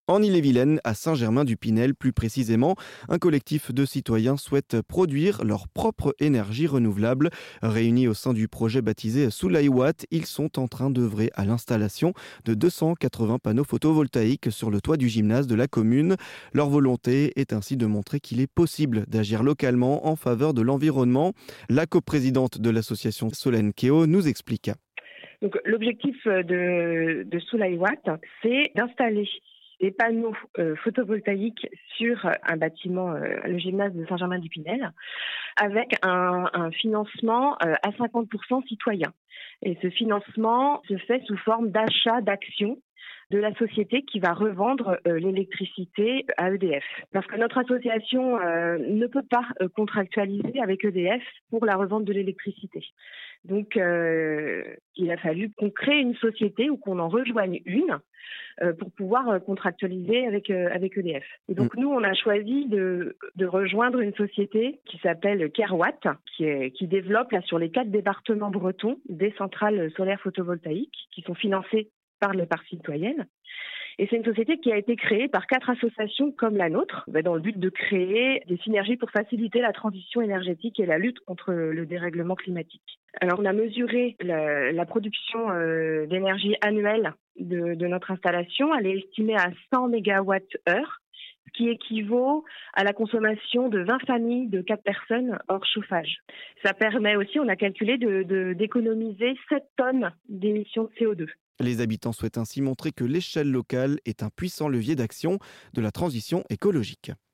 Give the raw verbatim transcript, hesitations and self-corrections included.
En Ille-et-Vilaine, à Saint-Germain-du-Pinel plus précisément, un collectif de citoyens souhaite produire leur propre énergie renouvelable. Réunis au sein du projet baptisé Soulaiwatt, ils sont en train d'œuvrer à l'installation de deux cent quatre-vingts panneaux photovoltaïques sur le toit du gymnase de la commune. Leur volonté est ainsi de montrer qu'il est possible d'agir localement en faveur de l'environnement. La coprésidente de l'association Solène Keo nous explique. Donc, l'objectif de, de Soulaiwatt, c'est d'installer des panneaux euh, photovoltaïques sur un bâtiment, euh, le gymnase de Saint-Germain-du-Pinel, avec un, un financement euh, à cinquante pour cent citoyen. Et ce financement se fait sous forme d'achat d'actions de la société qui va revendre euh, l'électricité à E D F. Parce que notre association euh, ne peut pas euh, contractualiser avec E D F pour la revente de l'électricité. Donc, euh, il a fallu qu'on crée une société ou qu'on en rejoigne une euh, pour pouvoir euh, contractualiser avec, euh, avec E D F. Et donc, mmh. nous, on a choisi de, de rejoindre une société qui s'appelle Kerwatt, qui, est, qui développe là, sur les quatre départements bretons des centrales solaires photovoltaïques qui sont financées par les parts citoyennes. Et c'est une société qui a été créée par quatre associations comme la nôtre, dans le but de créer des synergies pour faciliter la transition énergétique et la lutte contre le dérèglement climatique. Alors, on a mesuré la, la production euh, d'énergie annuelle de, de notre installation. Elle est estimée à cent mégawatts-heure, ce qui équivaut à la consommation de vingt familles de quatre personnes hors chauffage. Ça permet aussi, on a calculé, de, de, d'économiser sept tonnes d'émissions de C O deux. Les habitants souhaitent ainsi montrer que l'échelle locale est un puissant levier d'action de la transition écologique.